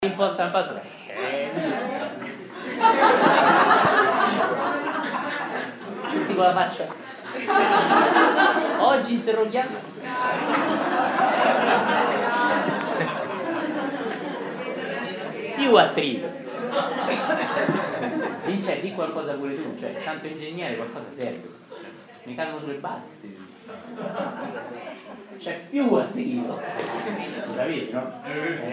Un po' stampato. Tutti con la faccia. Oggi interroghiamo. Più attrito. Vince, di qualcosa pure tu, cioè tanto ingegnere qualcosa serve. Mi cadono sulle basi. C'è più attrito. Lo sapete, no?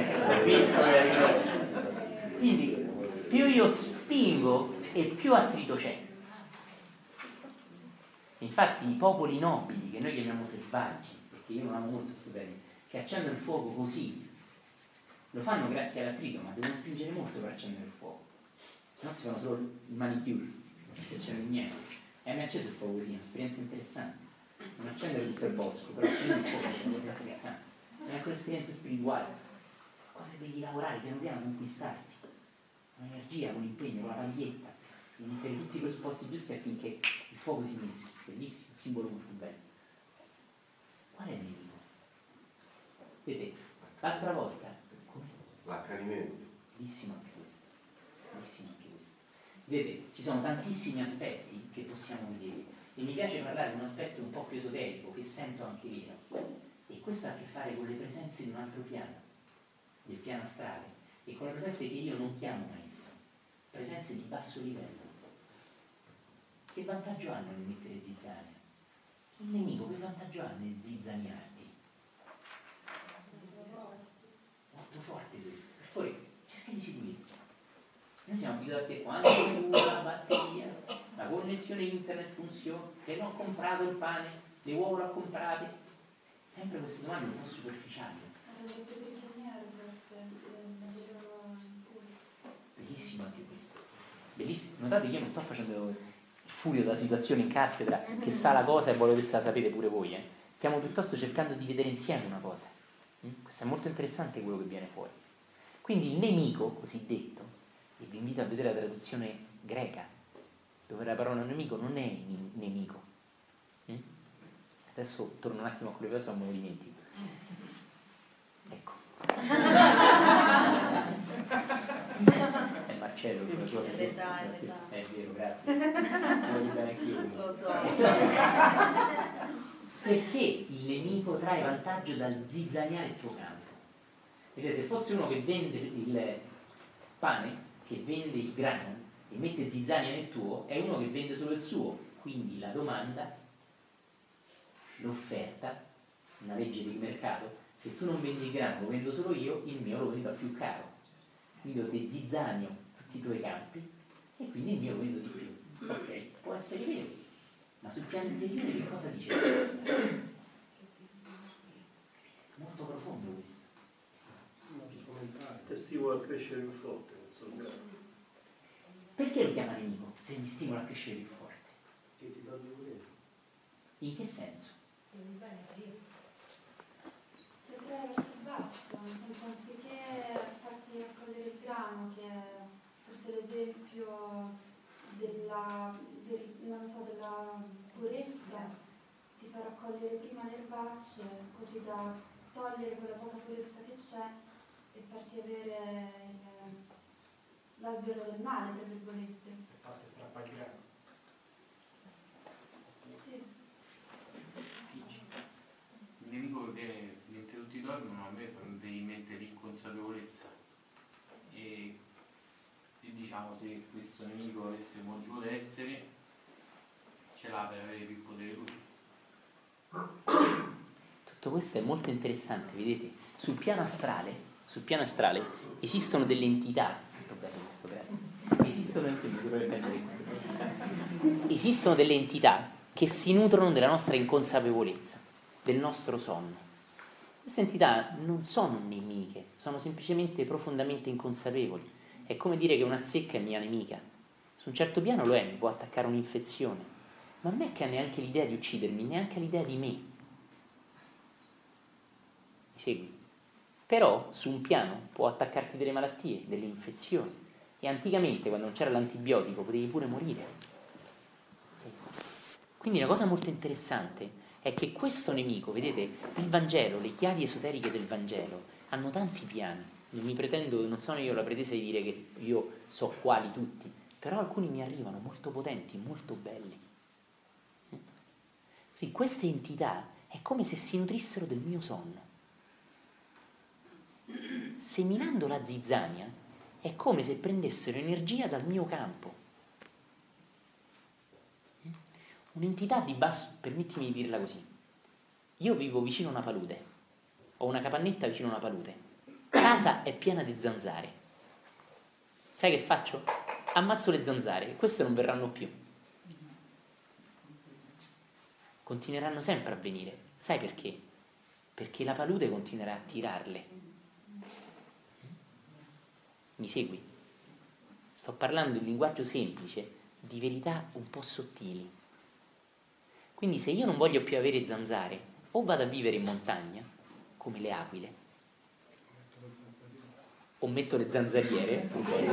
Quindi più io spingo e più attrito c'è. Infatti i popoli nobili, che noi chiamiamo selvaggi, perché io non amo molto questo termine, che accendono il fuoco così, lo fanno grazie all'attrito, ma devono spingere molto per accendere il fuoco, se no si fanno solo il manicure, non si accende niente. E mi ha acceso il fuoco così, è un'esperienza interessante. Non accendere tutto il bosco, però accendere il fuoco è una cosa interessante. È anche un'esperienza spirituale, cosa che devi lavorare piano piano, conquistarti, con l'energia, con l'impegno, con la paglietta, devi mettere tutti i presupposti giusti affinché il fuoco si meschi. Bellissimo, un simbolo molto bello. Qual è il nemico? Vedete, l'altra volta, come? L'accanimento. Bellissimo anche questo. Bellissimo anche questo. Vedete, ci sono tantissimi aspetti che possiamo vedere e mi piace parlare di un aspetto un po' più esoterico che sento anche vero, e questo ha a che fare con le presenze di un altro piano, del piano astrale, e con le presenze che io non chiamo maestro, presenze di basso livello. Che vantaggio hanno nel mettere zizzania? Il nemico che vantaggio ha nel zizzaniarti? Molto forte questo. Per favore, cerca di seguire. Noi siamo abituati a quando dura la batteria, la connessione internet funziona, che non ho comprato il pane, le uova l'ho comprate. Sempre queste domande un po' superficiali. Bellissimo anche questo. Bellissimo. Notate che io non sto facendo il furio della situazione in cattedra, che sa la cosa e vuole che la sapete pure voi. Stiamo piuttosto cercando di vedere insieme una cosa. Questo è molto interessante quello che viene fuori. Quindi il nemico cosiddetto, e vi invito a vedere la traduzione greca, dove la parola nemico non è nemico. Adesso torno un attimo a quelle cose, non me lo dimentico. Ecco. È Marcello con la sua è vero, grazie. Ti voglio bene anch'io. Lo so. Perché il nemico trae vantaggio dal zizzaniare il tuo campo? Perché se fosse uno che vende il pane, che vende il grano e mette zizzania nel tuo, è uno che vende solo il suo. Quindi la domanda, l'offerta, una legge di mercato, se tu non vendi il grano, lo vendo solo io, il mio lo vendo a più caro. Quindi io ti zizzanio tutti i tuoi campi e quindi il mio lo vendo di più. Ok, può essere vero, ma sul piano interiore che cosa dice? Molto profondo questo. Ti stimola a crescere più forte, insomma. Perché lo chiama nemico se mi stimola a crescere più forte? Che ti dà di volere. In che senso? Ti attrae verso il basso, nel senso anziché farti raccogliere il grano, che è forse l'esempio della purezza, ti fa raccogliere prima le erbacce, così da togliere quella poca purezza che c'è e farti avere l'albero del male, tra virgolette. Per farti strappare il grano. Sì. Il nemico che viene mentre tutti dormono, a me devi mettere in consapevolezza e diciamo, se questo nemico avesse motivo d'essere, ce l'ha per avere più potere lui. Tutto questo è molto interessante, vedete? Sul piano astrale esistono delle entità. Esistono delle entità che si nutrono della nostra inconsapevolezza, del nostro sonno. Queste entità non sono nemiche, sono semplicemente profondamente inconsapevoli. È come dire che una zecca è mia nemica. Su un certo piano lo è, mi può attaccare un'infezione, ma non è che ha neanche l'idea di uccidermi, neanche l'idea di me. Mi segui? Però su un piano può attaccarti delle malattie, delle infezioni. E anticamente, quando non c'era l'antibiotico, potevi pure morire. Quindi una cosa molto interessante è che questo nemico, vedete, il Vangelo, le chiavi esoteriche del Vangelo hanno tanti piani. non mi pretendo, non sono io la pretesa di dire che io so quali tutti, però alcuni mi arrivano molto potenti, molto belli. Così queste entità è come se si nutrissero del mio sonno. Seminando la zizzania è come se prendessero energia dal mio campo. Un'entità di basso, permettimi di dirla così, io vivo vicino a una palude, ho una capannetta vicino a una palude, casa è piena di zanzare. Sai che faccio? Ammazzo le zanzare, queste non verranno più. Continueranno sempre a venire. Sai perché? Perché la palude continuerà a tirarle. Mi segui? Sto parlando in linguaggio semplice di verità un po' sottili. Quindi se io non voglio più avere zanzare, o vado a vivere in montagna, come le aquile, o metto le zanzariere,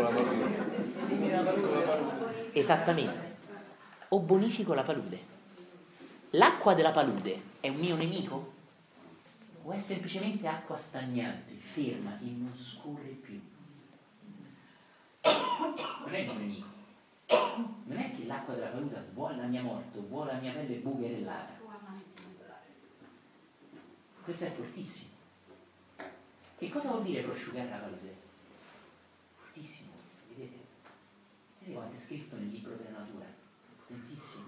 esattamente, o bonifico la palude. L'acqua della palude è un mio nemico? O è semplicemente acqua stagnante, ferma, che non scorre più? Non è il mio nemico. Non è che l'acqua della palude vuole la mia morte, vuole la mia pelle bucherellata. Questo è fortissimo. Che cosa vuol dire prosciugare la palude? Fortissimo questo, vedete? Vedete quanto è scritto nel libro della natura? Potentissimo.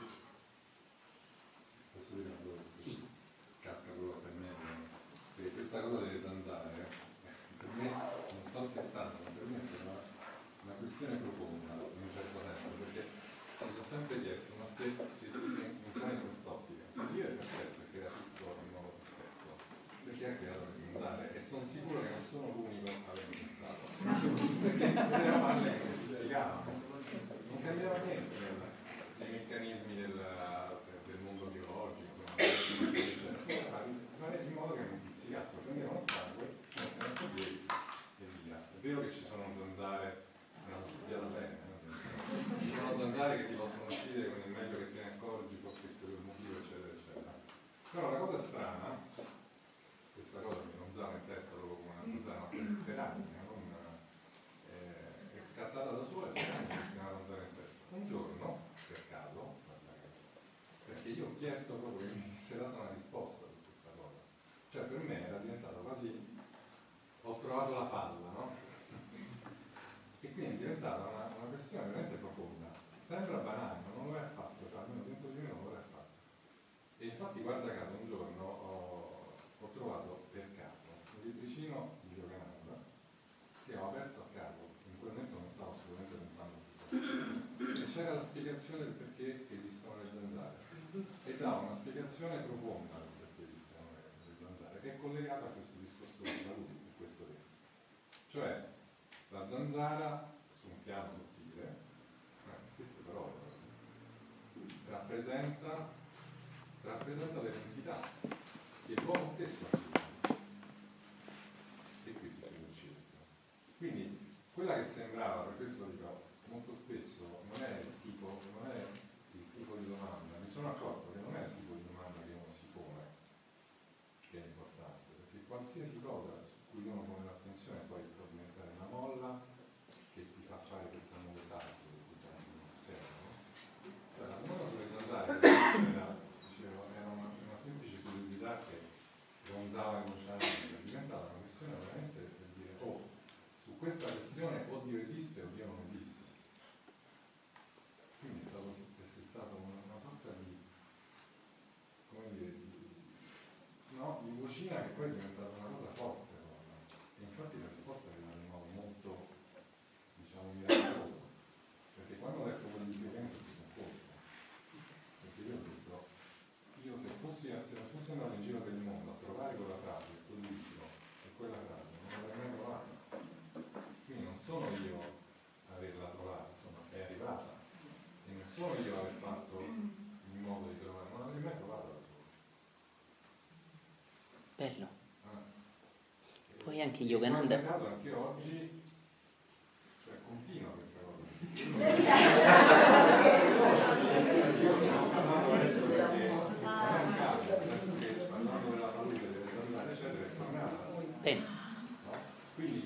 Posso dire una cosa? Sì. Casca proprio per me. Perché questa cosa delle zanzare, per me, non sto scherzando, ma per me è una questione profonda, in un certo senso, perché mi sono sempre chiesto, ma se entrare in quest'ottica, se Dio è perfetto e crea tutto in modo perfetto, perché ha creato le zanzare? E sono sicuro che non sono l'unico a aver pensato. Perché era male che si chiama. Non cambiava niente nei meccanismi del mondo biologico, fare in modo che non pizzicassero, prendevano il sangue, mettevano a piedi e via. È vero che ci sono zanzare, me l'ho studiato bene, ci sono zanzare che ti possono uccidere con il meglio che te ne accorgi, può scritto per motivo, eccetera, eccetera. Però la cosa strana, questa cosa mi non usava in testa proprio come una zanzara, ma per anni, è scattata da sola e per anni mi si chiama zanzara in testa. Un giorno, per caso, perché io ho chiesto proprio che mi venisse data una risposta su questa cosa. Cioè per me era diventato quasi, ho trovato la falla, no? E quindi è diventata una questione veramente profonda. Sembra banale, ma non lo è affatto, cioè almeno dentro di me non lo è affatto. E infatti guarda caso un giorno ho trovato per caso lì vicino di Yogananda, che ho aperto a caso, in quel momento non stavo assolutamente pensando a questa cosa, e c'era la spiegazione del perché esistono le zanzare, e dà una spiegazione profonda del perché esistono le zanzare, che è collegata a questo discorso di palude, di questo tema. Cioè, la zanzara, su un piano sottile, stesse parole, rappresenta l'identità che l'uomo stesso ha. E qui si chiude il cerchio. Quindi, quella che sembrava, per questo dico, molto spesso non è il tipo di domanda, mi sono accorto che non è il tipo di domanda che uno si pone che è importante, perché qualsiasi cosa su cui uno pone l'attenzione poi può diventare una molla che ti fa fare tutto un nuovo salto di sfera. Cioè la domanda sulle zanzare era una semplice curiosità che ronzava inconsciamente, è diventata una questione veramente per dire, oh, su questa questione o Dio esiste o Dio non esiste. Quindi è stata una sorta di, come dire, di vocina che poi è diventata una cosa forte. E infatti la risposta è arrivata in modo molto, diciamo, miracoloso. Perché quando ho letto quello di Dio penso che sono colpo. Perché io ho detto, se non fossi andato in giro per il mondo a trovare quella frase, quel libro e quella frase, non l'avrei mai trovata. Quindi non sono io a averla trovata, insomma, è arrivata. E non sono io a aver fatto il modo di trovare, non l'avrei mai trovata da solo. Bello. Poi anche Yogananda. In caso anche oggi, cioè, continua questa cosa. Parlando della palude, delle zanzare, eccetera, è tornata. Bene. No? Quindi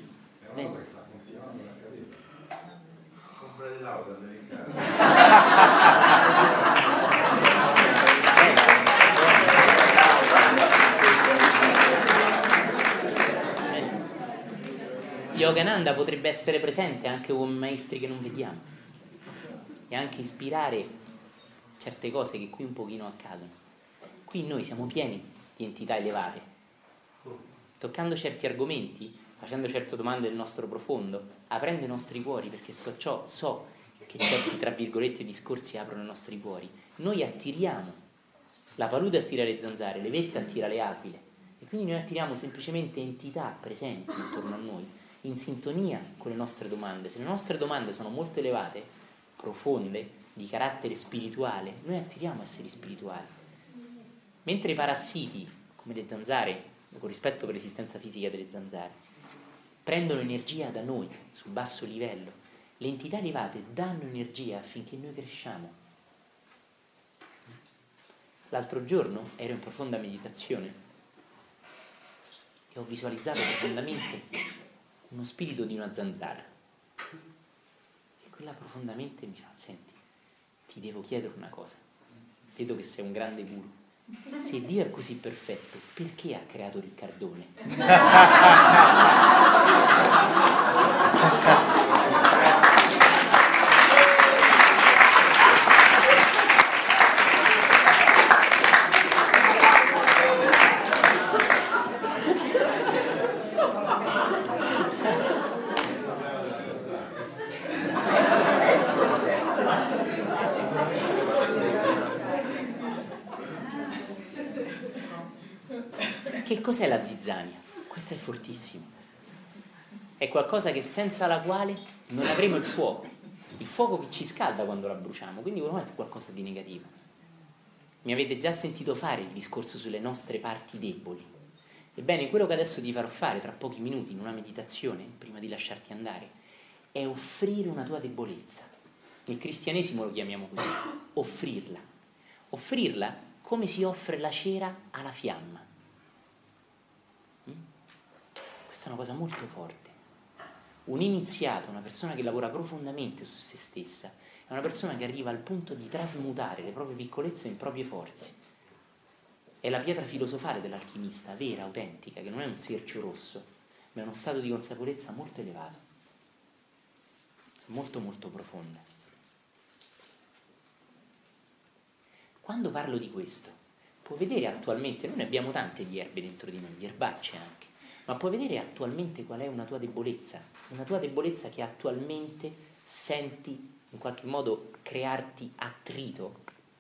Claudio, andavi in casa. Yogananda potrebbe essere presente anche con maestri che non vediamo e anche ispirare certe cose che qui un pochino accadono. Qui noi siamo pieni di entità elevate, toccando certi argomenti, facendo certe domande del nostro profondo, aprendo i nostri cuori, perché so che certi, tra virgolette, discorsi aprono i nostri cuori. Noi attiriamo, la palude attira le zanzare, le vette attira le aquile, e quindi noi attiriamo semplicemente entità presenti intorno a noi, in sintonia con le nostre domande. Se le nostre domande sono molto elevate, profonde, di carattere spirituale, noi attiriamo esseri spirituali. Mentre i parassiti, come le zanzare, con rispetto per l'esistenza fisica delle zanzare, prendono energia da noi, sul basso livello, le entità elevate danno energia affinché noi cresciamo. L'altro giorno ero in profonda meditazione e ho visualizzato profondamente uno spirito di una zanzara, e quella profondamente mi fa: senti, ti devo chiedere una cosa, vedo che sei un grande guru, se Dio è così perfetto, perché ha creato Riccardone? Che cos'è la zizzania? Questo è fortissimo. È qualcosa che senza la quale non avremo il fuoco che ci scalda quando la bruciamo, quindi non è qualcosa di negativo. Mi avete già sentito fare il discorso sulle nostre parti deboli. Ebbene, quello che adesso ti farò fare tra pochi minuti in una meditazione, prima di lasciarti andare, è offrire una tua debolezza. Nel cristianesimo lo chiamiamo così, offrirla. Offrirla come si offre la cera alla fiamma. Questa è una cosa molto forte. Un iniziato, una persona che lavora profondamente su se stessa, è una persona che arriva al punto di trasmutare le proprie piccolezze in proprie forze. È la pietra filosofale dell'alchimista, vera, autentica, che non è un sercio rosso, ma è uno stato di consapevolezza molto elevato, molto molto profonda. Quando parlo di questo, può vedere attualmente, noi ne abbiamo tante di erbe dentro di noi, di erbacce anche, ma puoi vedere attualmente qual è una tua debolezza che attualmente senti in qualche modo crearti attrito.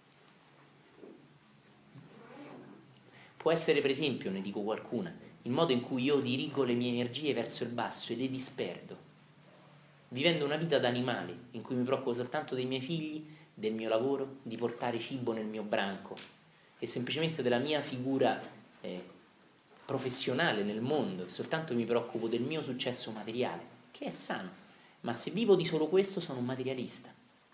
Può essere, per esempio, ne dico qualcuna, il modo in cui io dirigo le mie energie verso il basso e le disperdo, vivendo una vita d'animale in cui mi preoccupo soltanto dei miei figli, del mio lavoro, di portare cibo nel mio branco e semplicemente della mia figura professionale nel mondo, soltanto mi preoccupo del mio successo materiale, che è sano, ma se vivo di solo questo sono un materialista,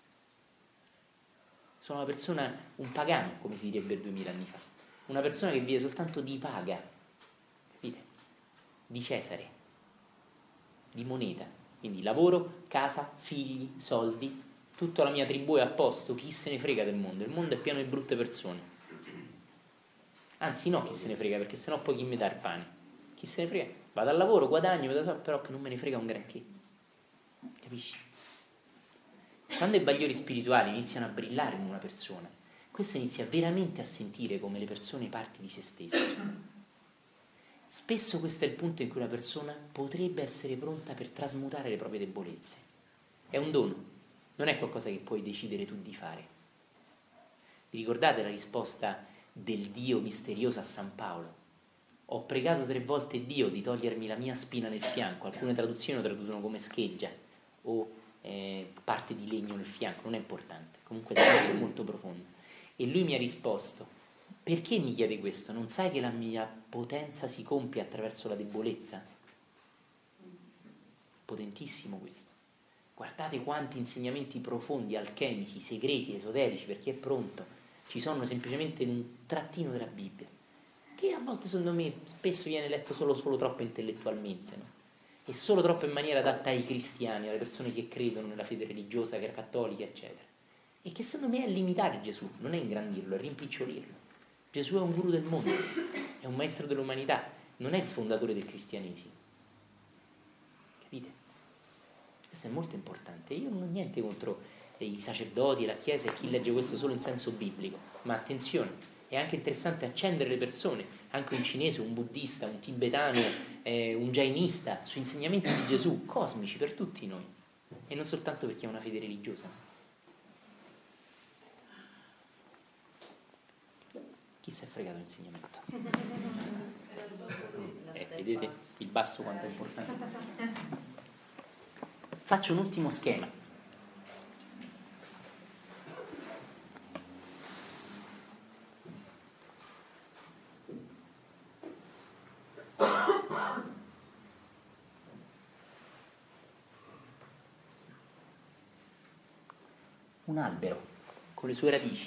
sono una persona, un pagano, come si direbbe 2000 anni fa, una persona che vive soltanto di paga, capite? Di Cesare, di moneta, quindi lavoro, casa, figli, soldi, tutta la mia tribù è a posto, chi se ne frega del mondo, il mondo è pieno di brutte persone. Anzi no, chi se ne frega, perché sennò poi chi mi dà il pane? Chi se ne frega? Vado al lavoro, guadagno, però che non me ne frega un granché. Capisci? Quando i bagliori spirituali iniziano a brillare in una persona, questa inizia veramente a sentire come le persone parti di se stesse. Spesso questo è il punto in cui una persona potrebbe essere pronta per trasmutare le proprie debolezze. È un dono, non è qualcosa che puoi decidere tu di fare. Vi ricordate la risposta del Dio misterioso a San Paolo? Ho pregato 3 volte Dio di togliermi la mia spina nel fianco, alcune traduzioni lo traducono come scheggia o parte di legno nel fianco, non è importante, comunque il senso è molto profondo. E lui mi ha risposto: perché mi chiede questo? Non sai che la mia potenza si compie attraverso la debolezza? Potentissimo questo. Guardate quanti insegnamenti profondi, alchemici, segreti, esoterici, per chi è pronto, ci sono semplicemente in un trattino della Bibbia, che a volte secondo me spesso viene letto solo troppo intellettualmente, no? e solo troppo in maniera adatta ai cristiani, alle persone che credono nella fede religiosa, che era cattolica, eccetera. E che secondo me è limitare Gesù, non è ingrandirlo, è rimpicciolirlo. Gesù è un guru del mondo, è un maestro dell'umanità, non è il fondatore del cristianesimo. Capite? Questo è molto importante. Io non ho niente contro i sacerdoti, la Chiesa e chi legge questo solo in senso biblico, ma attenzione, è anche interessante accendere le persone, anche un cinese, un buddista, un tibetano, un jainista, su insegnamenti di Gesù cosmici per tutti noi, e non soltanto per chi ha una fede religiosa. Chi si è fregato l'insegnamento? Vedete il basso quanto è importante. Faccio un ultimo schema. Un albero con le sue radici.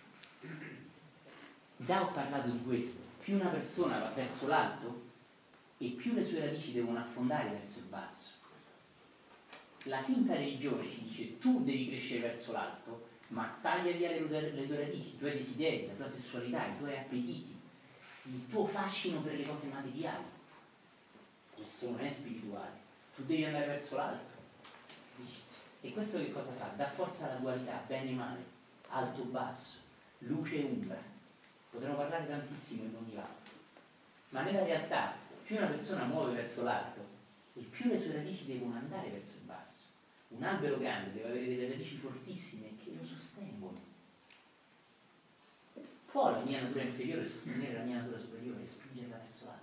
Già ho parlato di questo, più una persona va verso l'alto e più le sue radici devono affondare verso il basso. La finta religione ci dice tu devi crescere verso l'alto, ma taglia via le tue radici, i tuoi desideri, la tua sessualità, i tuoi appetiti, il tuo fascino per le cose materiali. Questo non è spirituale, tu devi andare verso l'alto. E questo che cosa fa? Dà forza alla dualità, bene e male, alto basso, luce e ombra. Potremmo parlare tantissimo in ogni lato, ma nella realtà più una persona muove verso l'alto e più le sue radici devono andare verso il basso. Un albero grande deve avere delle radici fortissime che lo sostengono. Può la mia natura inferiore sostenere la mia natura superiore e spingerla verso l'alto?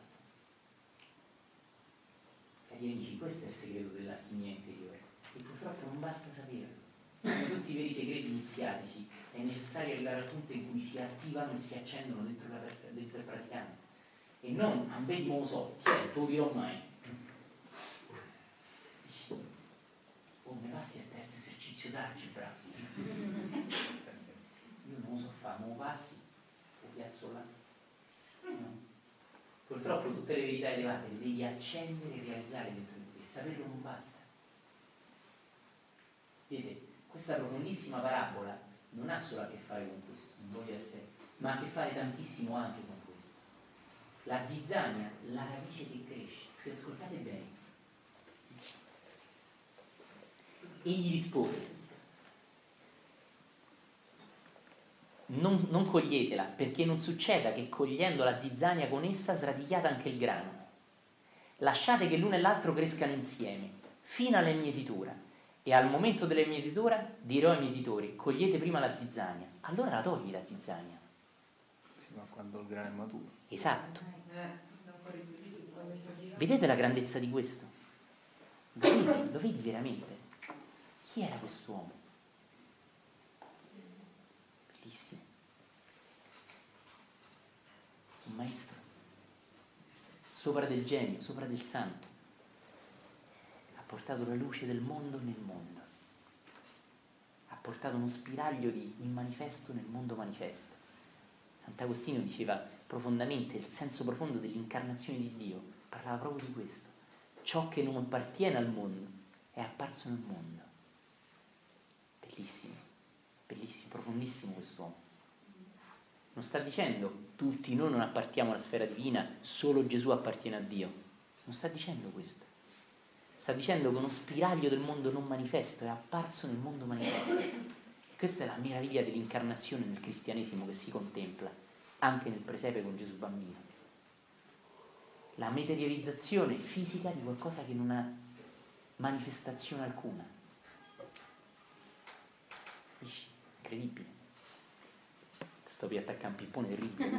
Cari amici, questo è il segreto dell'alchimia interiore. E purtroppo non basta saperlo. Come tutti i veri segreti iniziatici, è necessario arrivare al punto in cui si attivano e si accendono dentro il praticante. E non, ambedi non lo so, chi è? Te lo dirò mai. Oh, mi passi al terzo esercizio d'algebra. Io non lo so fare, ma lo passi, lo piazzo là. No. Purtroppo tutte le verità elevate le devi accendere e realizzare dentro di te. Saperlo non basta. Vedete, questa profondissima parabola non ha solo a che fare con questo, non voglio essere, ma ha a che fare tantissimo anche con questo. La zizzania, la radice che cresce, ascoltate bene. Egli rispose: non coglietela, perché non succeda che cogliendo la zizzania con essa sradichiate anche il grano. Lasciate che l'uno e l'altro crescano insieme, fino alla mietitura. E al momento della mietitura dirò ai mietitori: cogliete prima la zizzania. Allora la togli la zizzania. Sì, ma quando il grano è maturo. Esatto. Vedete la grandezza di questo? Lo vedi veramente? Chi era quest'uomo? Bellissimo. Un maestro. Sopra del genio, sopra del santo. Ha portato la luce del mondo nel mondo. Ha portato uno spiraglio di il manifesto nel mondo manifesto. Sant'Agostino diceva profondamente il senso profondo dell'incarnazione di Dio. Parlava proprio di questo. Ciò che non appartiene al mondo è apparso nel mondo. Bellissimo, bellissimo, profondissimo quest'uomo. Non sta dicendo tutti noi non appartiamo alla sfera divina, solo Gesù appartiene a Dio. Non sta dicendo questo. Sta dicendo che uno spiraglio del mondo non manifesto è apparso nel mondo manifesto. E questa è la meraviglia dell'incarnazione nel cristianesimo che si contempla anche nel presepe con Gesù bambino. La materializzazione fisica di qualcosa che non ha manifestazione alcuna. Incredibile. Sto per attaccare un pippone terribile.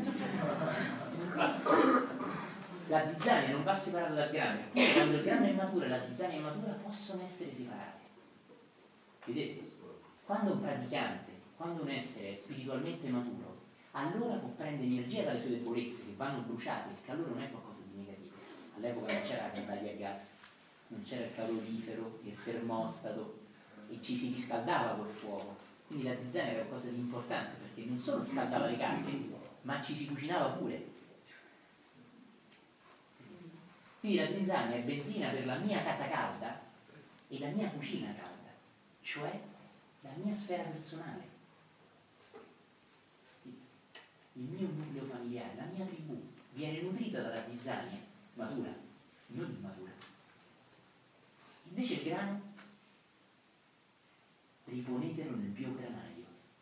La zizzania non va separata dal grano. Quando il grano è maturo e la zizzania è matura possono essere separate. Vedete? Quando un praticante, quando un essere è spiritualmente maturo, allora può prendere energia dalle sue debolezze che vanno bruciate. Il calore non è qualcosa di negativo. All'epoca non c'era la candela a gas, non c'era il calorifero, il termostato, e ci si riscaldava col fuoco. Quindi la zizzania era qualcosa di importante, perché non solo scaldava le case, ma ci si cucinava pure. Quindi la zizzania è benzina per la mia casa calda e la mia cucina calda, cioè la mia sfera personale, il mio nucleo familiare, la mia tribù viene nutrita dalla zizzania matura, non immatura. Invece il grano, riponetelo nel biogranaio.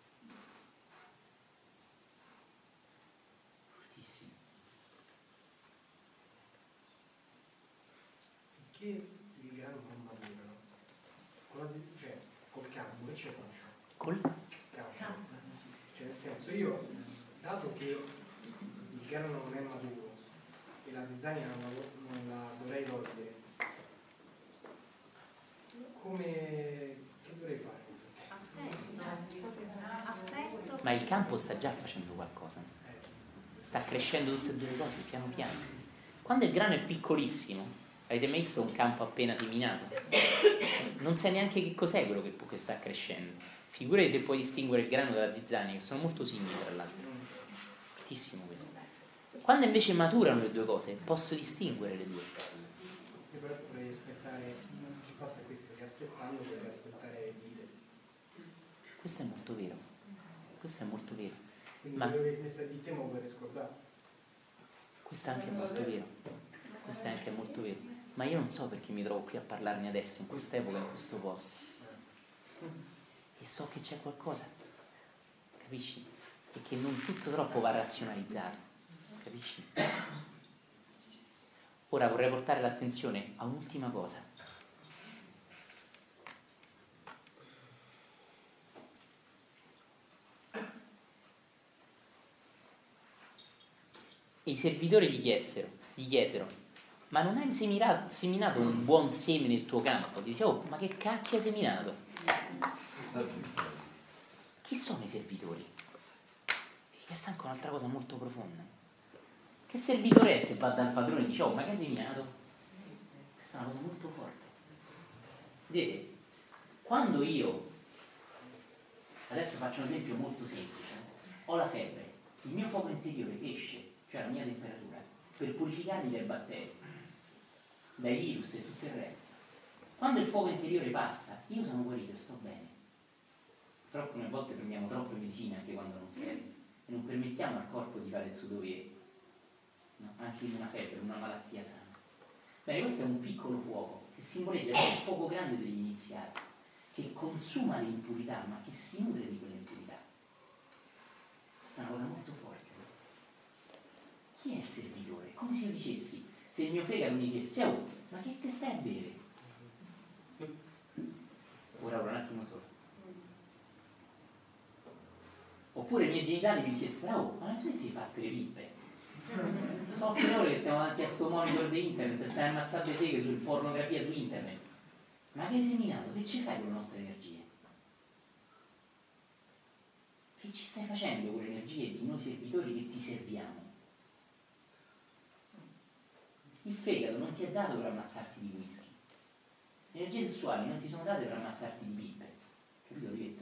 Fortissimo. Perché il grano non matura, no? Cioè, col campo, che ci faccio? Col? Campo. Cioè, nel senso, io, dato che il grano non è maturo e la zizzania non la dovrei togliere, che dovrei fare? Aspetto. Ma il campo sta già facendo qualcosa, sta crescendo tutte e due le cose piano piano. Quando il grano è piccolissimo, avete mai visto un campo appena seminato? Non sai neanche che cos'è quello che sta crescendo. Figurati se puoi distinguere il grano dalla zizzania, che sono molto simili tra l'altro. Fortissimo questo. Quando invece maturano le due cose, posso distinguere le due. Io però dovrei aspettare, il fatto è questo, che aspettando dovrei aspettare vite. Questo è molto vero. Questo è molto vero. Quindi Ma quello che mi stai dicendo lo vorrei scordare. questo è anche molto vero. Questo è anche molto vero. Ma io non so perché mi trovo qui a parlarne adesso, in quest'epoca, in questo posto. E so che c'è qualcosa, capisci? E che non tutto troppo va razionalizzato, capisci? Ora vorrei portare l'attenzione a un'ultima cosa. E i servitori gli chiesero, ma non hai seminato un buon seme nel tuo campo? Dice, oh, ma che cacchio hai seminato? Chi sono i servitori? Questa è anche un'altra cosa molto profonda. Che servitore è se va dal padrone e dice, oh, ma che hai seminato? Questa è una cosa molto forte. Vedete, quando io, adesso faccio un esempio molto semplice, ho la febbre, il mio fuoco interiore cresce, cioè la mia temperatura, per purificarmi dai batteri, dai virus e tutto il resto. Quando il fuoco interiore passa, io sono guarito e sto bene. Troppo a volte prendiamo troppe medicine anche quando non serve e non permettiamo al corpo di fare il suo dovere, no? Anche in una febbre, una malattia sana. Bene, questo è un piccolo fuoco che simboleggia il fuoco grande degli iniziati, che consuma le impurità ma che si nutre di quelle impurità. Questa è una cosa molto forte. Chi è il servitore? Come se io dicessi, se il mio fegato mi dicesse, oh, ma che te stai a bere? Ora un attimo solo. Oppure i miei genitali mi dicessero, oh, ma tu ti hai fatto le pippe? Sono 3 ore che stiamo davanti a sto monitor di internet, stai ammazzando le seghe su pornografia su internet. Ma che hai seminato? Che ci fai con le nostre energie? Che ci stai facendo con le energie di noi servitori che ti serviamo? Il fegato non ti è dato per ammazzarti di whisky. Le energie sessuali non ti sono date per ammazzarti di pippe. Capito, Rivetta?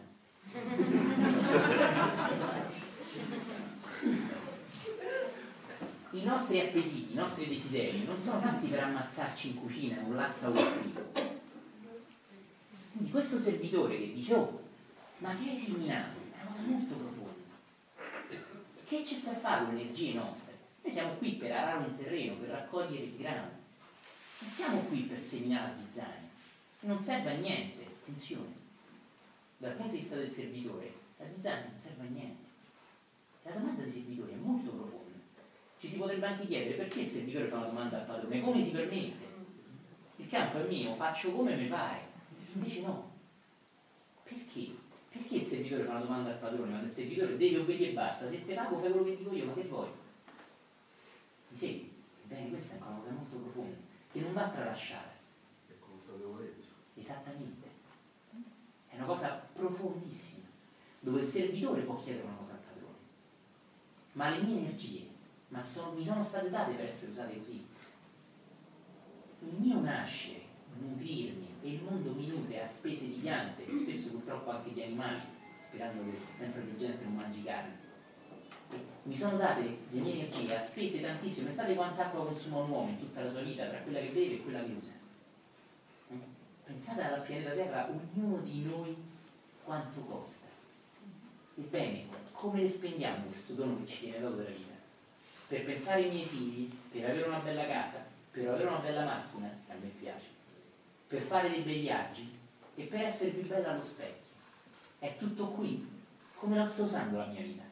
I nostri appetiti, i nostri desideri non sono fatti per ammazzarci in cucina, un lazza o un frigo. Quindi questo servitore che dice, oh, ma che hai seminato? È una cosa molto profonda. Che ci sta a fare con le energie nostre? Noi siamo qui per arare un terreno, per raccogliere il grano. Non siamo qui per seminare la zizzania. Non serve a niente, attenzione. Dal punto di vista del servitore, la zizzania non serve a niente. La domanda del servitore è molto profonda. Ci si potrebbe anche chiedere perché il servitore fa una domanda al padrone, come si permette? Il campo è mio, faccio come mi pare. Invece no. Perché? Perché il servitore fa una domanda al padrone quando il servitore deve obbedire e basta? Se te pago fai quello che dico io, ma che vuoi? Mi segui? Bene, questa è una cosa molto profonda, che non va tralasciata. È consapevolezza. Esattamente. È una cosa profondissima, dove il servitore può chiedere una cosa al padrone. Ma le mie energie, mi sono state date per essere usate così. Il mio nascere, nutrirmi, e il mondo mi nutre a spese di piante, e spesso purtroppo anche di animali, sperando che sempre più gente non mangi carne. mi sono date le mie energie, ha spese tantissimo. Pensate quanta acqua consuma un uomo in tutta la sua vita, tra quella che beve e quella che usa. Pensate al pianeta Terra, ognuno di noi quanto costa. Ebbene, come le spendiamo questo dono che ci viene dato dalla vita? Per pensare ai miei figli, per avere una bella casa, per avere una bella macchina, che a me piace, per fare dei bei viaggi e per essere più bella allo specchio. È tutto qui. Come la sto usando la mia vita?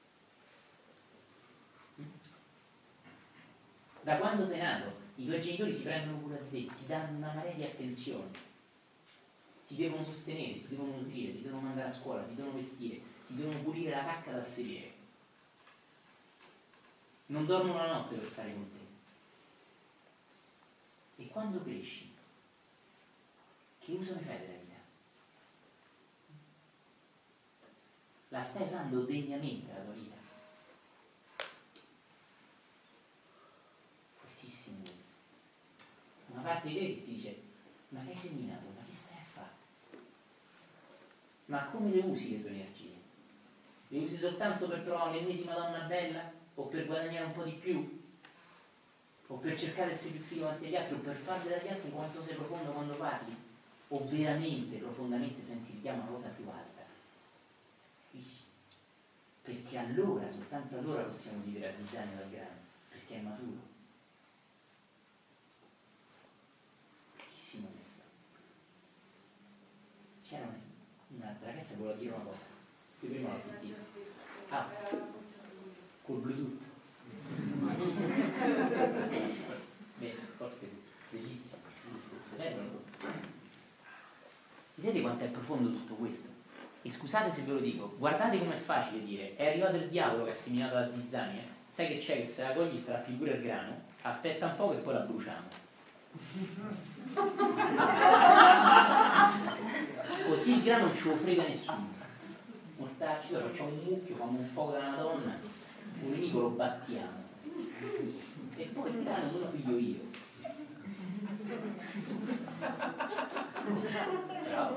Da quando sei nato, i tuoi genitori si prendono cura di te, ti danno una marea di attenzione, ti devono sostenere, ti devono nutrire, ti devono mandare a scuola, ti devono vestire, ti devono pulire la cacca dal sedere. Non dormono la notte per stare con te. E quando cresci, che uso ne fai della vita? La stai usando degnamente la tua vita? Fortissimo questo. Una parte di te che ti dice: ma che hai seminato? Ma che stai a fare? Ma come le usi le tue energie? Le usi soltanto per trovare l'ennesima donna bella? O per guadagnare un po' di più? O per cercare di essere più figo davanti agli altri? O per far vedere agli altri quanto sei profondo quando parli? O veramente, profondamente senti il richiamo a una cosa più alta? Capisci? Perché allora, soltanto allora possiamo vivere a zizzania dal grano, perché è maturo. Bellissimo questo. C'era una ragazza che voleva dire una cosa, io prima l'ho sentita. Ah, col Bluetooth. Bene, forte questo, bellissimo, bellissimo. Vedete quanto è profondo tutto questo? E scusate se ve lo dico, guardate com'è facile dire: è arrivato il diavolo che ha seminato la zizzania, sai che c'è, che se la togli starà più pure il grano, aspetta un po' che poi la bruciamo. Così il grano non ce lo frega nessuno. Mortacci, facciamo un mucchio, facciamo un fuoco della Madonna, un nemico lo battiamo. E poi il grano non lo piglio io. Bravo.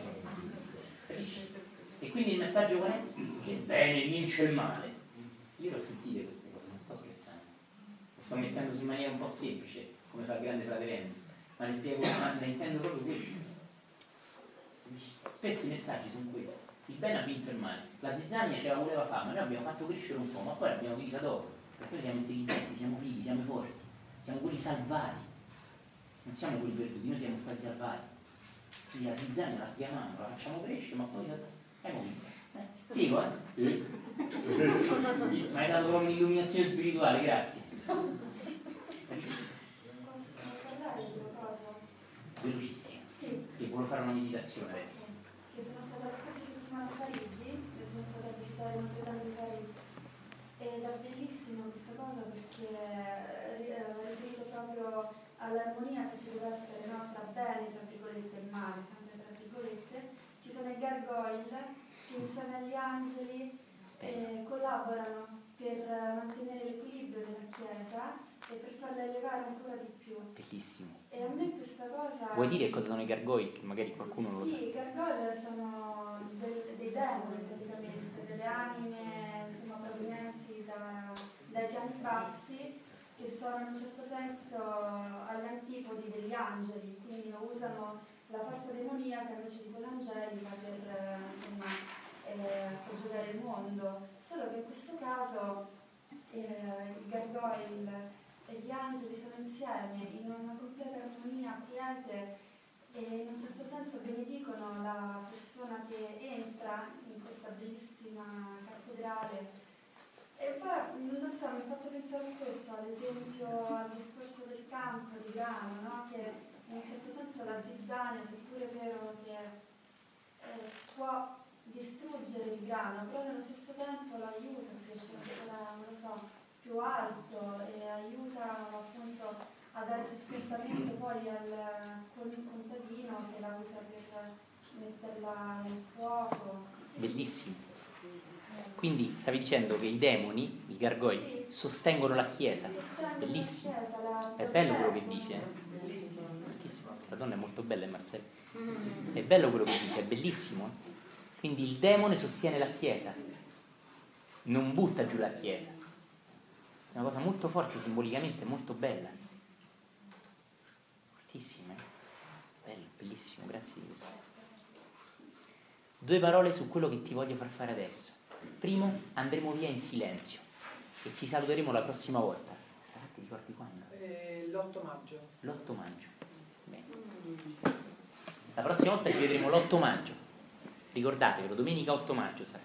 E quindi il messaggio qual è? Che bene vince il male. Io le ho sentite queste cose, non sto scherzando. Lo sto mettendo in maniera un po' semplice, come fa il grande frate Renzi, ma le spiego, ma ne intendo proprio questo. Spesso i messaggi sono questi: il bene ha vinto il male, la zizzania ce la voleva fare, ma noi abbiamo fatto crescere un po', ma poi l'abbiamo divisa dopo, per cui siamo intelligenti, siamo vivi, siamo forti, siamo quelli salvati, non siamo quelli perduti, noi siamo stati salvati. Quindi la zizzania la schiamiamo, la facciamo crescere, ma poi abbiamo vinto. Spiego, eh? Mi hai dato proprio un'illuminazione spirituale, grazie. Posso parlare di una cosa? Velocissima. Sì. Che volevo fare una meditazione adesso. Che sono stata la scorsa settimana a Parigi e sono stata a visitare Notre Dame di Parigi. Ed è bellissima questa cosa perché riferito proprio all'armonia che ci deve essere, no? Tra bene, tra virgolette, e male, sempre tra virgolette. Ci sono i gargoyle che insieme agli angeli collaborano per mantenere l'equilibrio della Chiesa e per farla elevare ancora di più. Bellissimo. E a me questa cosa... Vuoi dire cosa sono i gargoyle? Che magari qualcuno non lo sa. Sì, i gargoyle sono dei demoni praticamente, delle anime insomma, provenienti dai piani bassi, che sono in un certo senso agli antipodi degli angeli, quindi usano la forza demoniaca invece di quella angelica per soggiogare il mondo. Solo che in questo caso i gargoyle e gli angeli sono insieme in una completa armonia quiete e in un certo senso benedicono la persona che entra in questa bellissima cattedrale. E poi, non so, mi ha fatto pensare a questo, ad esempio al discorso del campo di grano, no? Che in un certo senso la zizzania, seppure è vero che può distruggere il grano, però nello stesso tempo lo aiuta a crescere ancora, non lo so, più alto e aiuta appunto a dare sostentamento poi al contadino che la usa per metterla nel fuoco. Bellissimo. Quindi stavi dicendo che i demoni, i gargoyle, sostengono la Chiesa. Bellissimo. È bello quello che dice. Bellissimo. Questa donna è molto bella, Marcello. È bello quello che dice, è bellissimo. Quindi il demone sostiene la Chiesa. non butta giù la Chiesa. È una cosa molto forte, simbolicamente molto bella. Fortissima, bello, bellissimo, grazie di questo. 2 parole su quello che ti voglio far fare adesso. Primo, andremo via in silenzio e ci saluteremo la prossima volta. Sarà, ti ricordi quando? L'8 maggio. L'8 maggio. Bene. La prossima volta ci vedremo l'8 maggio. Ricordatevelo, domenica 8 maggio sarà.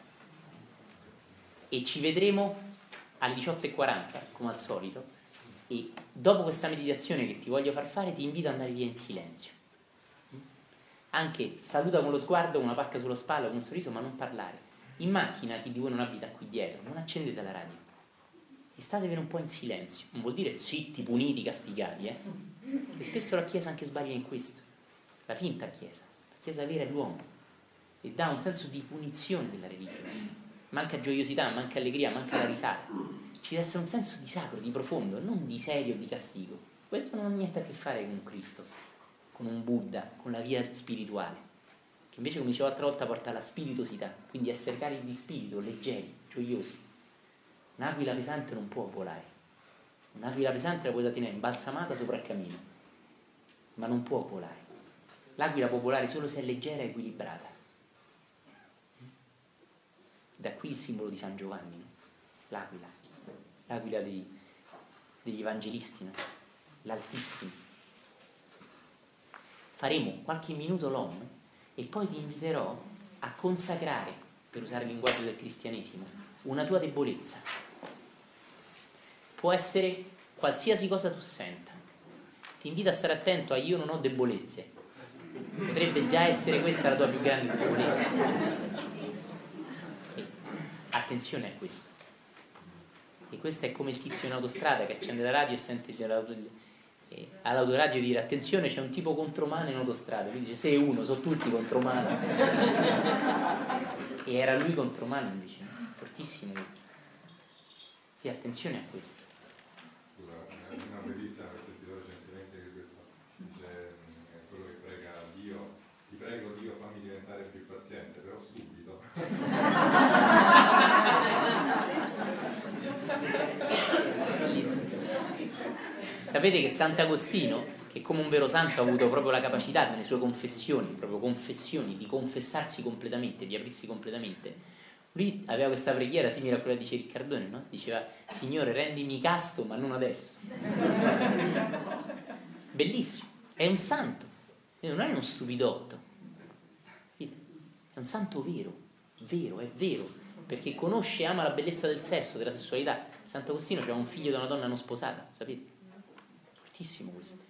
E ci vedremo alle 18:40, come al solito. E dopo questa meditazione che ti voglio far fare, ti invito ad andare via in silenzio. Anche saluta con lo sguardo, con una pacca sullo spalla, con un sorriso, ma non parlare. In macchina, chi di voi non abita qui dietro, non accendete la radio e statevene un po' in silenzio. Non vuol dire zitti, puniti, castigati, E spesso la Chiesa anche sbaglia in questo. La finta Chiesa, la Chiesa vera è l'uomo e dà un senso di punizione della religione. Manca gioiosità, manca allegria, manca la risata. Ci deve essere un senso di sacro, di profondo, non di serio, di castigo. Questo non ha niente a che fare con Cristo, con un Buddha, con la via spirituale, che invece, come dicevo l'altra volta, porta alla spiritosità, quindi essere carichi di spirito, leggeri, gioiosi. Un'aquila pesante non può volare. Un'aquila pesante la puoi tenere imbalsamata sopra il camino, ma non può volare. L'aquila può volare solo se è leggera e equilibrata. Da qui il simbolo di San Giovanni, no? L'aquila degli evangelisti, no? L'Altissimo. Faremo qualche minuto l'Om e poi ti inviterò a consacrare, per usare il linguaggio del cristianesimo, una tua debolezza. Può essere qualsiasi cosa tu senta. Ti invito a stare attento a io non ho debolezze. Potrebbe già essere questa la tua più grande debolezza. E attenzione a questo. E questo è come il tizio in autostrada che accende la radio e sente all'autoradio dire attenzione, c'è un tipo contromano in autostrada. Lui dice sei uno, sono tutti contromano. E era lui contromano invece. Fortissimo questo. Sì, attenzione a questo. Scusa, una bellissima che ho sentito recentemente che questo dice quello che prega Dio, ti prego Dio fammi diventare più paziente, però subito. Sapete che Sant'Agostino, che come un vero santo ha avuto proprio la capacità nelle sue confessioni, proprio confessioni, di confessarsi completamente, di aprirsi completamente, lui aveva questa preghiera simile a quella che dice Riccardone, no? Diceva Signore rendimi casto ma non adesso. Bellissimo, è un santo, non è uno stupidotto, è un santo vero, è vero, perché conosce e ama la bellezza del sesso, della sessualità. Sant'Agostino aveva un figlio da una donna non sposata, sapete? Fortissimo questo.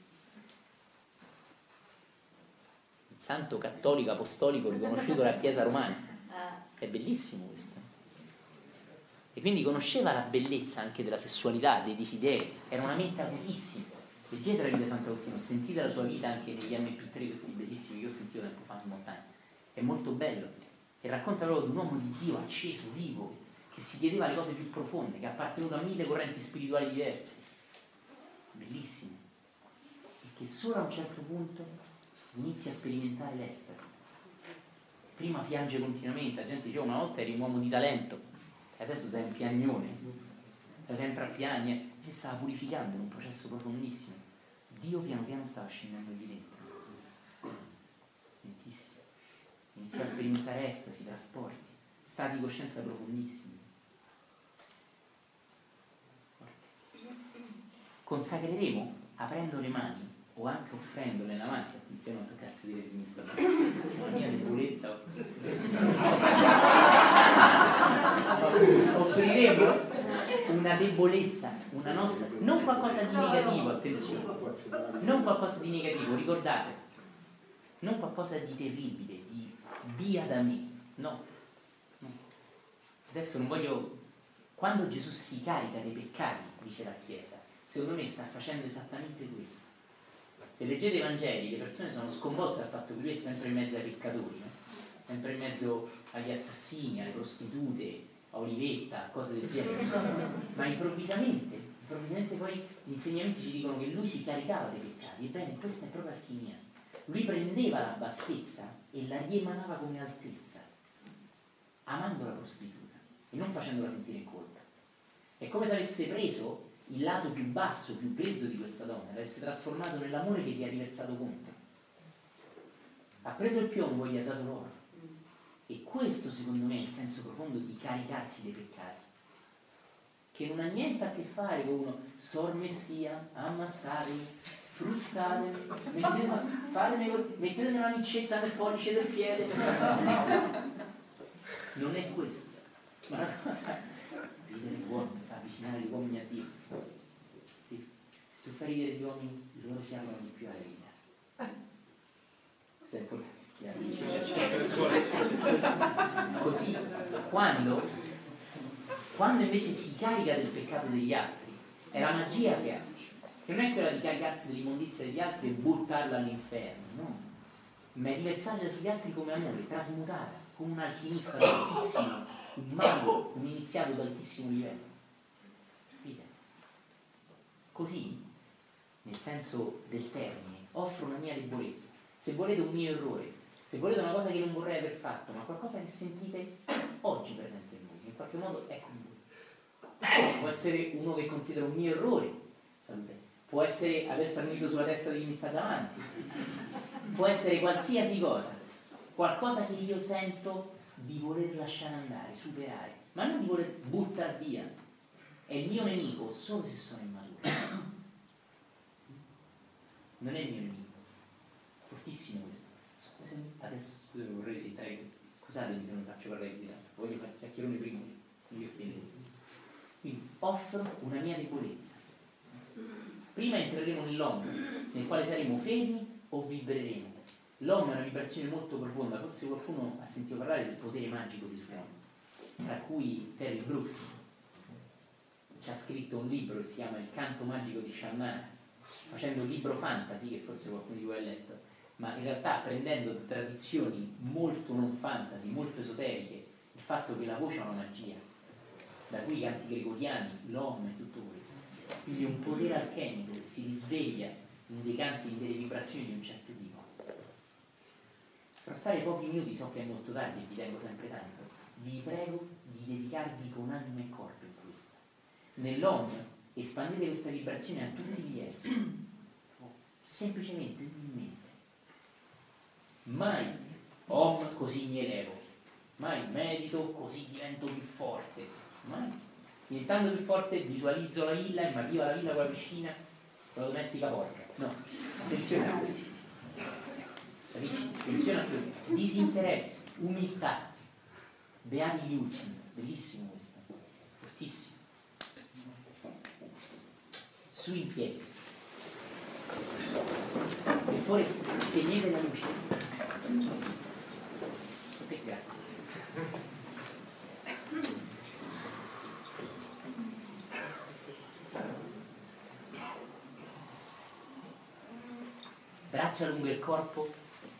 Il santo cattolico apostolico riconosciuto dalla Chiesa romana. È bellissimo questo. E quindi conosceva la bellezza anche della sessualità, dei desideri, era una mente acutissima. Leggete la vita di Sant'Agostino, sentite la sua vita anche negli MP3, questi bellissimi che ho sentito tempo fa in montagna. È molto bello e racconta proprio di un uomo di Dio acceso, vivo, che si chiedeva le cose più profonde, che è appartenuto a 1000 correnti spirituali diverse. Bellissimo. E che solo a un certo punto inizia a sperimentare l'estasi. Prima piange continuamente, la gente diceva una volta eri un uomo di talento e adesso sei un piagnone, stai sempre a piagne. E stava purificando in un processo profondissimo. Dio piano piano stava scendendo di dentro. Lentissimo. Iniziò a sperimentare estasi, trasporti, stati di coscienza profondissimi. Consacreremo aprendo le mani o anche offrendole davanti, attenzione a non toccarsi di sinistra, la mia debolezza. Offriremo una debolezza, una nostra, non qualcosa di negativo, attenzione, non qualcosa di negativo, ricordate, non qualcosa di terribile, di via da me, no. Adesso non voglio, quando Gesù si carica dei peccati, dice la Chiesa, secondo me sta facendo esattamente questo. Se leggete i Vangeli, le persone sono sconvolte dal fatto che lui è sempre in mezzo ai peccatori, no? Sempre in mezzo agli assassini, alle prostitute, a Olivetta, cose del genere. Ma improvvisamente poi gli insegnamenti ci dicono che lui si caricava dei peccati. Ebbene, questa è proprio alchimia. Lui prendeva la bassezza e la riemanava come altezza, amando la prostituta. e non facendola sentire in colpa. È come se avesse preso il lato più basso, più grezzo di questa donna, l'avesse trasformato nell'amore che gli ha riversato contro. Ha preso il piombo e gli ha dato l'oro. E questo secondo me è il senso profondo di caricarsi dei peccati, che non ha niente a che fare con uno messia, ammazzatemi, frustate, mettetemi una micetta nel pollice del piede. Non è questo, ma una cosa ridere gli uomini, fa avvicinare gli uomini a Dio. Se tu fai ridere gli uomini, loro si aprono di più alla vita. Così quando invece si carica del peccato degli altri, è la magia che ha, che non è quella di caricarsi dell'immondizia degli altri e buttarla all'inferno, no, ma è riversarla sugli altri come amore, trasmutata, come un alchimista d'altissimo, un mago, un iniziato d'altissimo livello. Capite? Così, nel senso del termine, offro una mia debolezza. Se volete un mio errore, se volete una cosa che non vorrei aver fatto, ma qualcosa che sentite oggi presente in voi, in qualche modo è con voi. Può essere uno che considera un mio errore, salute. Può essere aver starnuto sulla testa di chi mi sta davanti, può essere qualsiasi cosa, qualcosa che io sento di voler lasciare andare, superare, ma non di voler buttare via. È il mio nemico solo se sono immaturo. Non è il mio nemico. Fortissimo questo. Adesso scusate, vorrei evitare questo. Scusatemi se non faccio parlare di tanto, voglio fare chiacchierone prima. Quindi offro una mia debolezza. Prima entreremo nell'ombra, nel quale saremo fermi o vibreremo. L'ombra è una vibrazione molto profonda, forse qualcuno ha sentito parlare del potere magico di suono, tra cui Terry Brooks ci ha scritto un libro che si chiama Il canto magico di Shannara, facendo un libro fantasy che forse qualcuno di voi ha letto, ma in realtà prendendo tradizioni molto non fantasy, molto esoteriche, il fatto che la voce ha una magia, da cui i canti gregoriani, l'Om e tutto questo. Quindi un potere alchemico che si risveglia in dei canti, in delle vibrazioni di un certo tipo. Per stare pochi minuti, so che è molto tardi e vi tengo sempre tanto, vi prego di dedicarvi con anima e corpo in questo. Nell'Om espandete questa vibrazione a tutti gli esseri, semplicemente, umilmente. Mai Om così mi elevo, mai medito così divento più forte, mai. Diventando più forte visualizzo la villa e mi arrivo alla villa con la piscina, con la domestica porca. No, attenzione a questo. Capisci? Attenzione a questo. Disinteresse, umiltà, beati gli ultimi, bellissimo questo, fortissimo. Su in piedi. Per favore spegnete la luce. Grazie. Braccia lungo il corpo.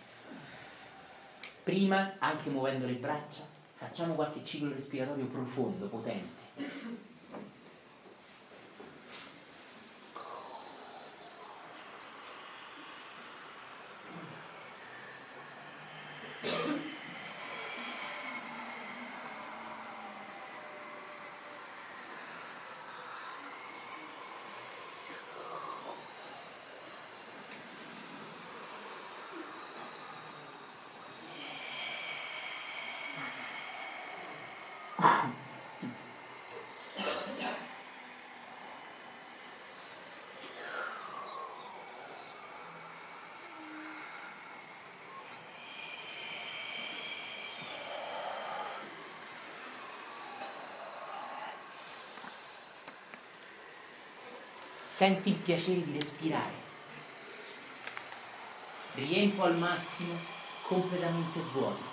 Prima, anche muovendo le braccia, facciamo qualche ciclo respiratorio profondo, potente. Senti il piacere di respirare. Riempo al massimo, completamente svuoto.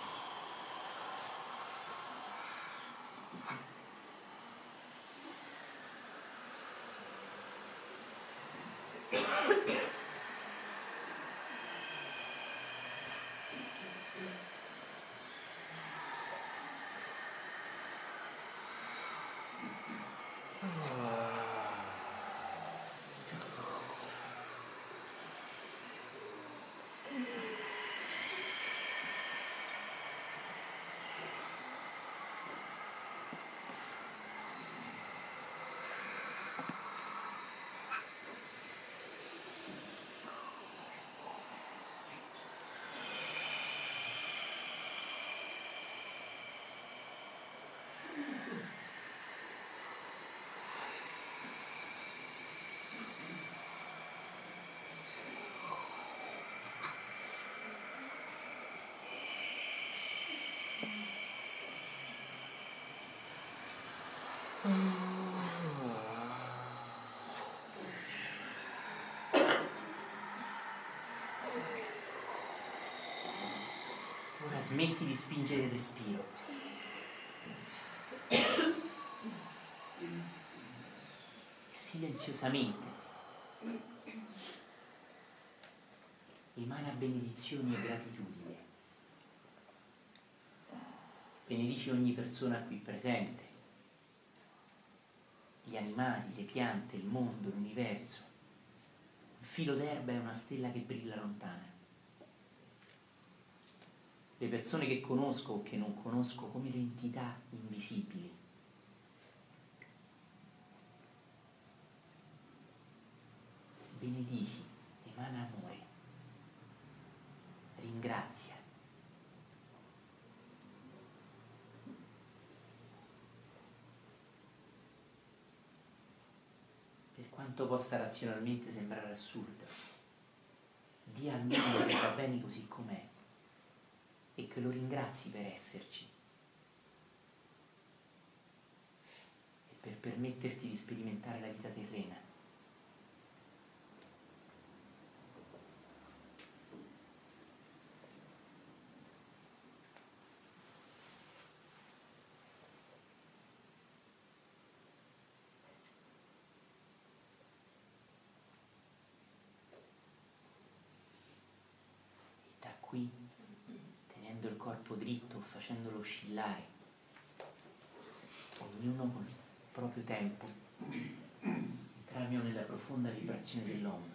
Ora smetti di spingere il respiro. Silenziosamente emana benedizioni e gratitudine. Benedici ogni persona qui presente, gli animali, le piante, il mondo, l'universo. Il filo d'erba è una stella che brilla lontana. Le persone che conosco o che non conosco come le entità invisibili. Benedici, emana amore, ringrazia. Per quanto possa razionalmente sembrare assurdo, dia al mondo che va bene così com'è e che lo ringrazi per esserci e per permetterti di sperimentare la vita terrena. Qui, tenendo il corpo dritto, facendolo oscillare, ognuno col proprio tempo, entriamo nella profonda vibrazione dell'Om.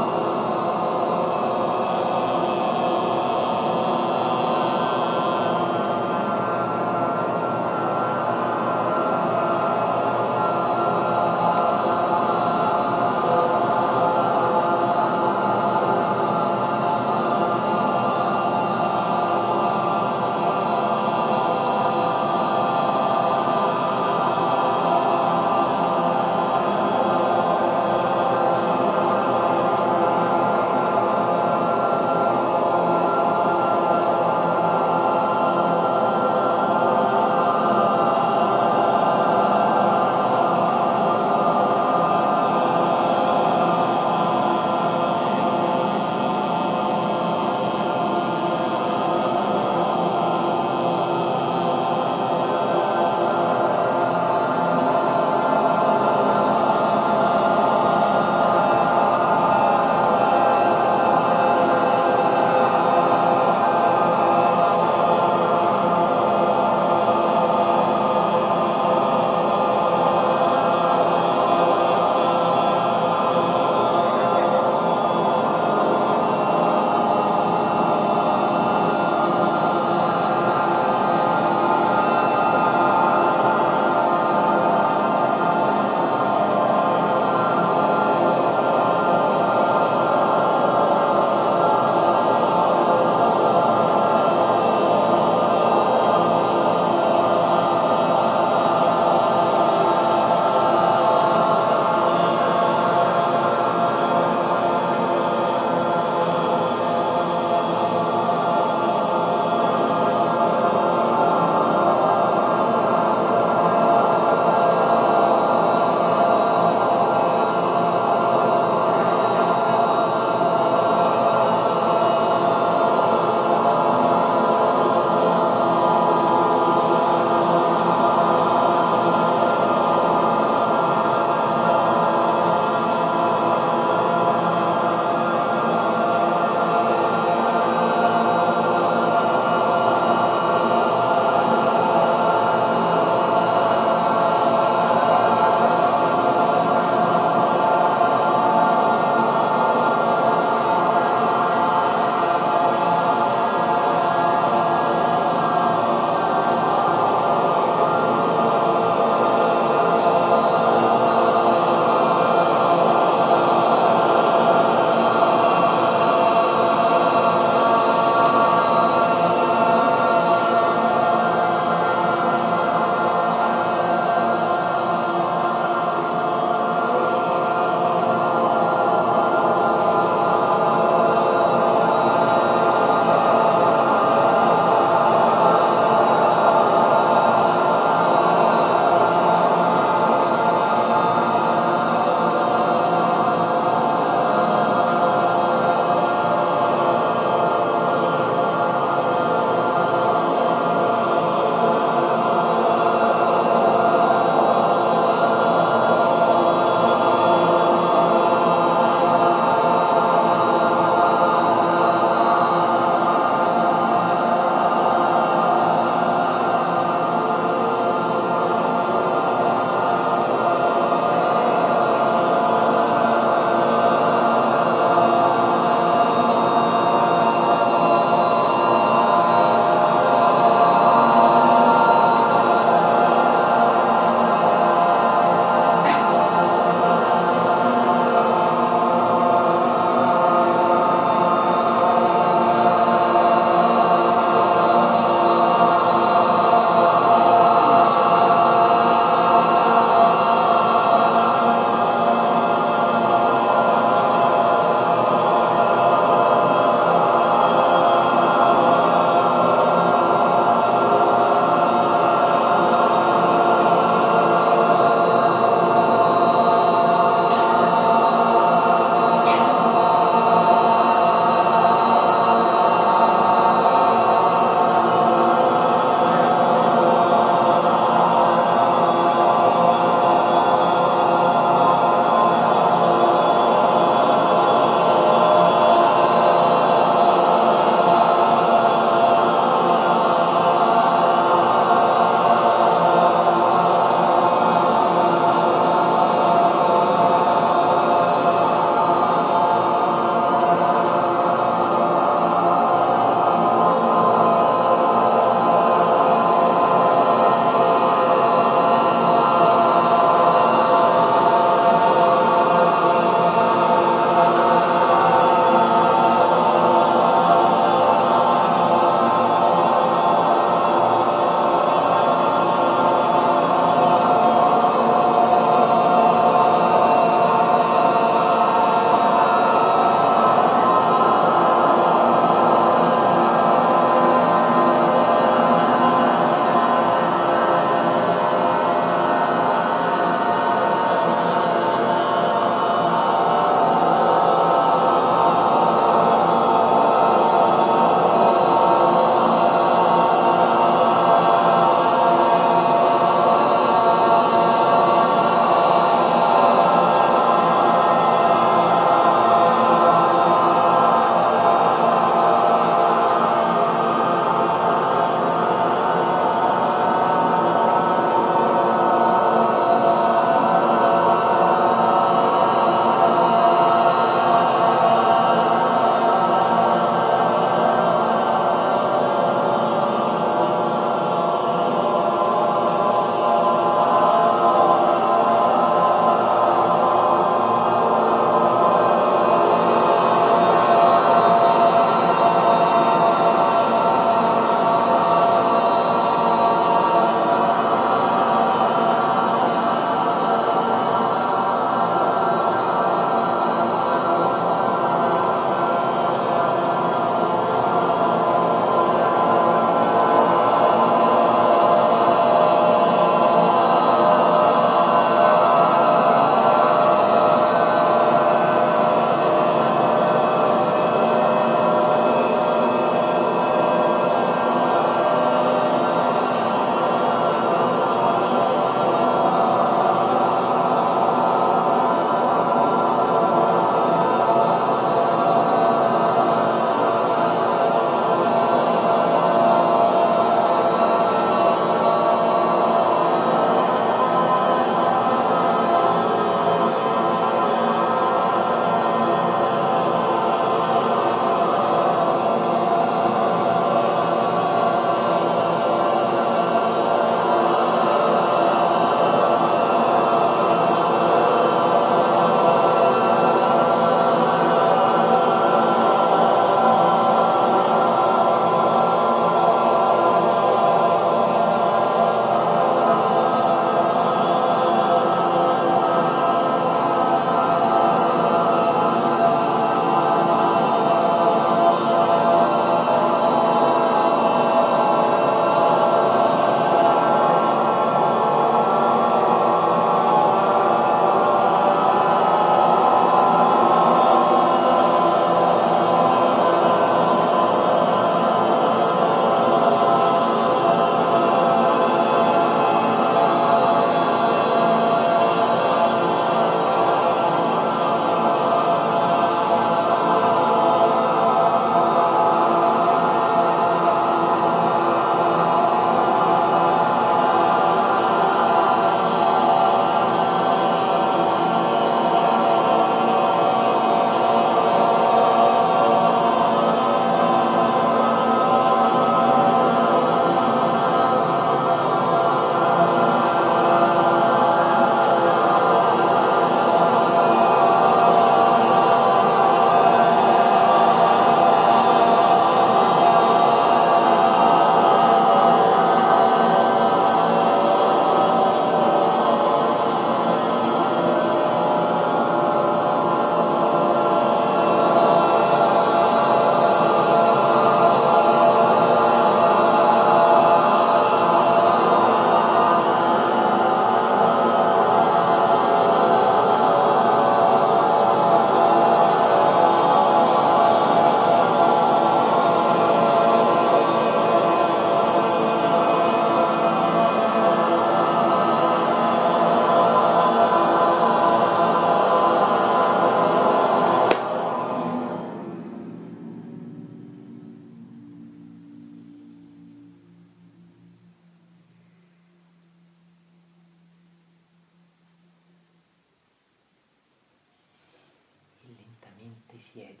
siedi.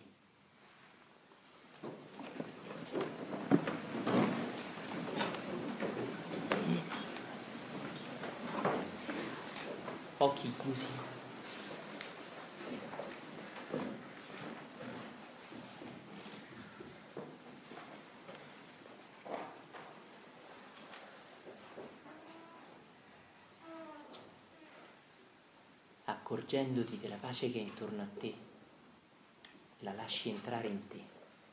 Occhi chiusi. Accorgendoti della pace che è intorno a te, la lasci entrare in te.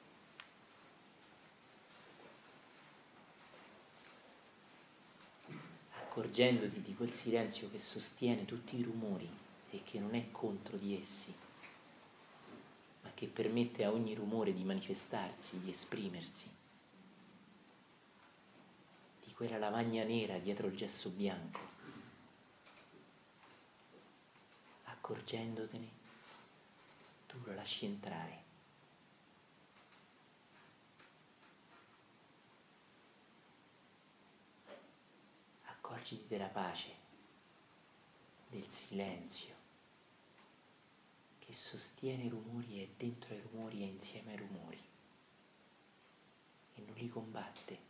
Accorgendoti di quel silenzio che sostiene tutti i rumori e che non è contro di essi, ma che permette a ogni rumore di manifestarsi, di esprimersi. Di quella lavagna nera dietro il gesso bianco. Accorgendotene, tu lo lasci entrare. Accorgiti della pace, del silenzio che sostiene i rumori, è dentro ai rumori, è insieme ai rumori e non li combatte.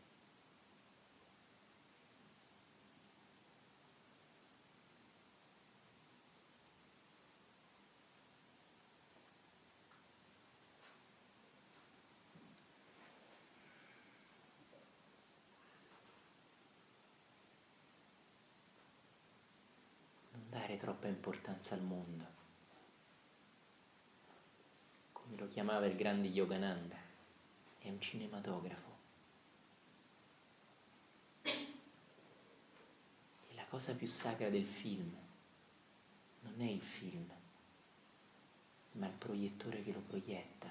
Dare troppa importanza al mondo, come lo chiamava il grande Yogananda, è un cinematografo. E la cosa più sacra del film non è il film, ma il proiettore che lo proietta.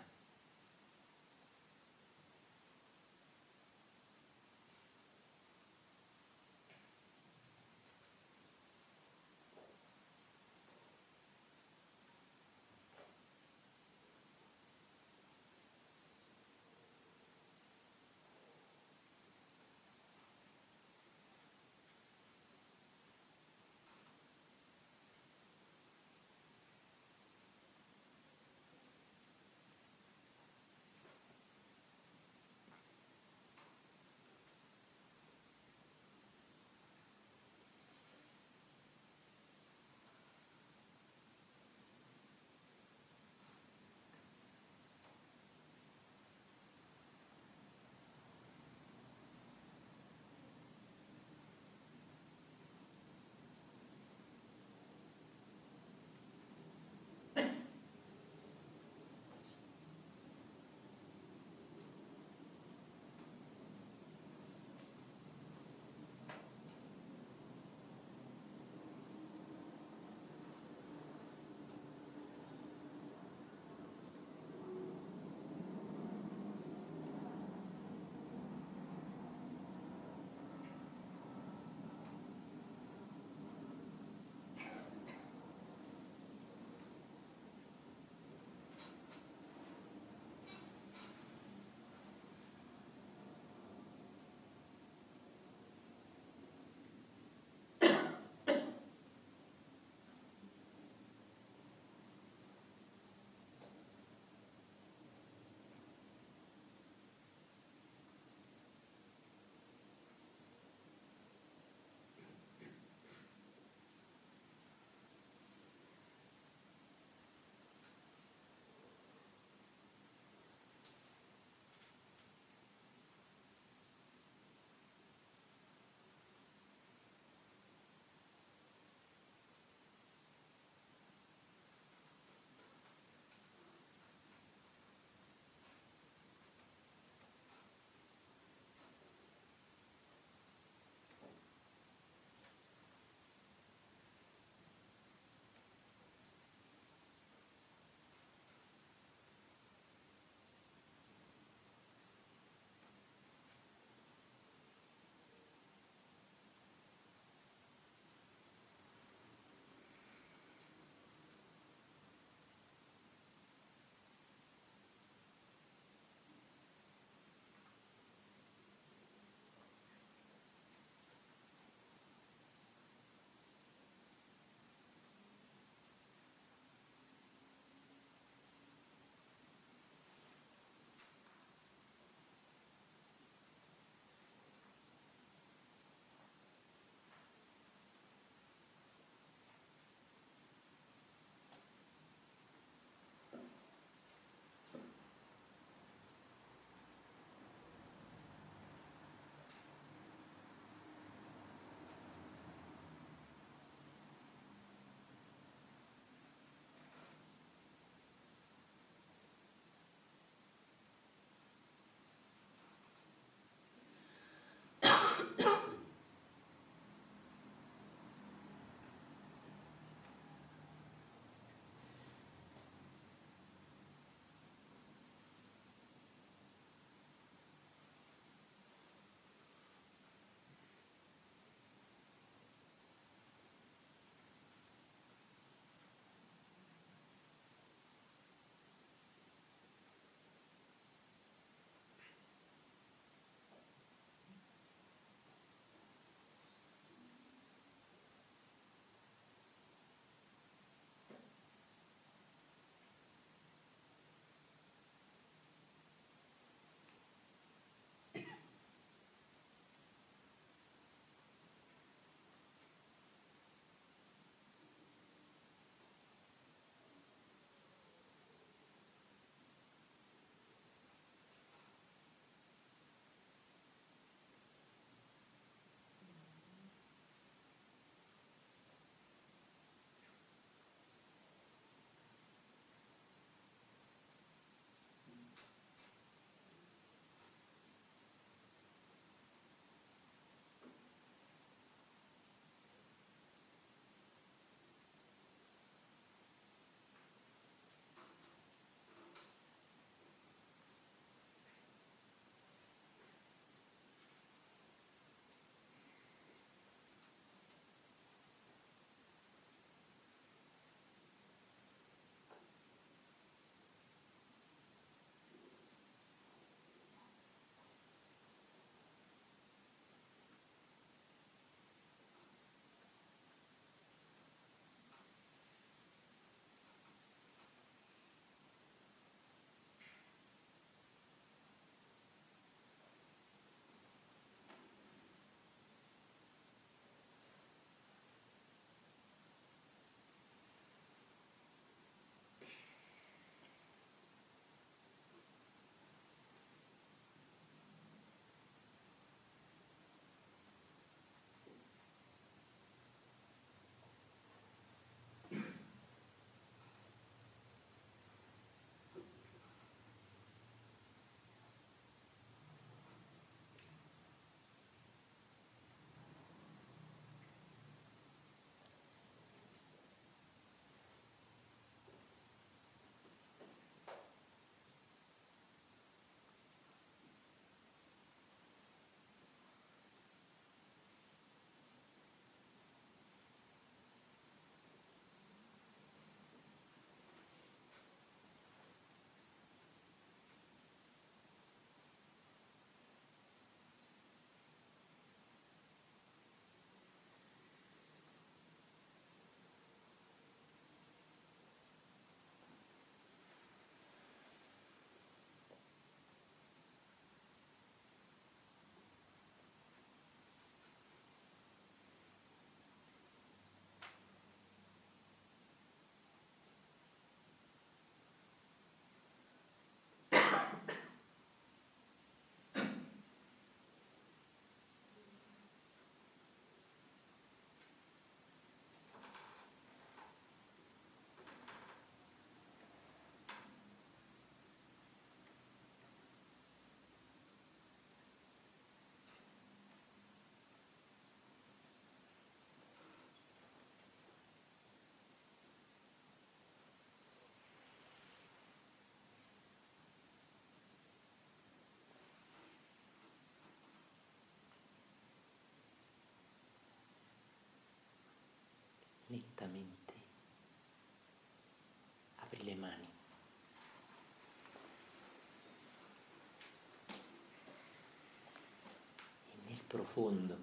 profondo.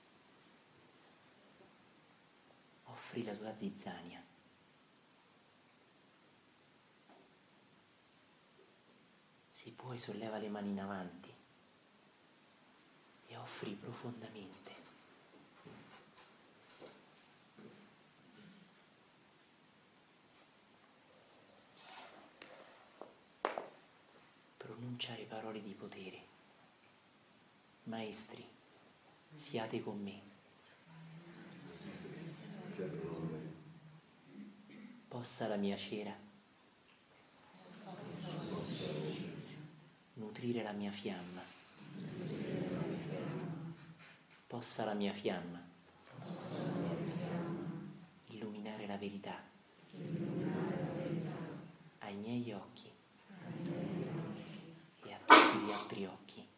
Offri la tua zizzania. Se puoi, solleva le mani in avanti e offri profondamente. Pronunciare parole di potere. Maestri, siate con me. Possa la mia cera nutrire la mia fiamma. Possa la mia fiamma illuminare la verità ai miei occhi e a tutti gli altri occhi.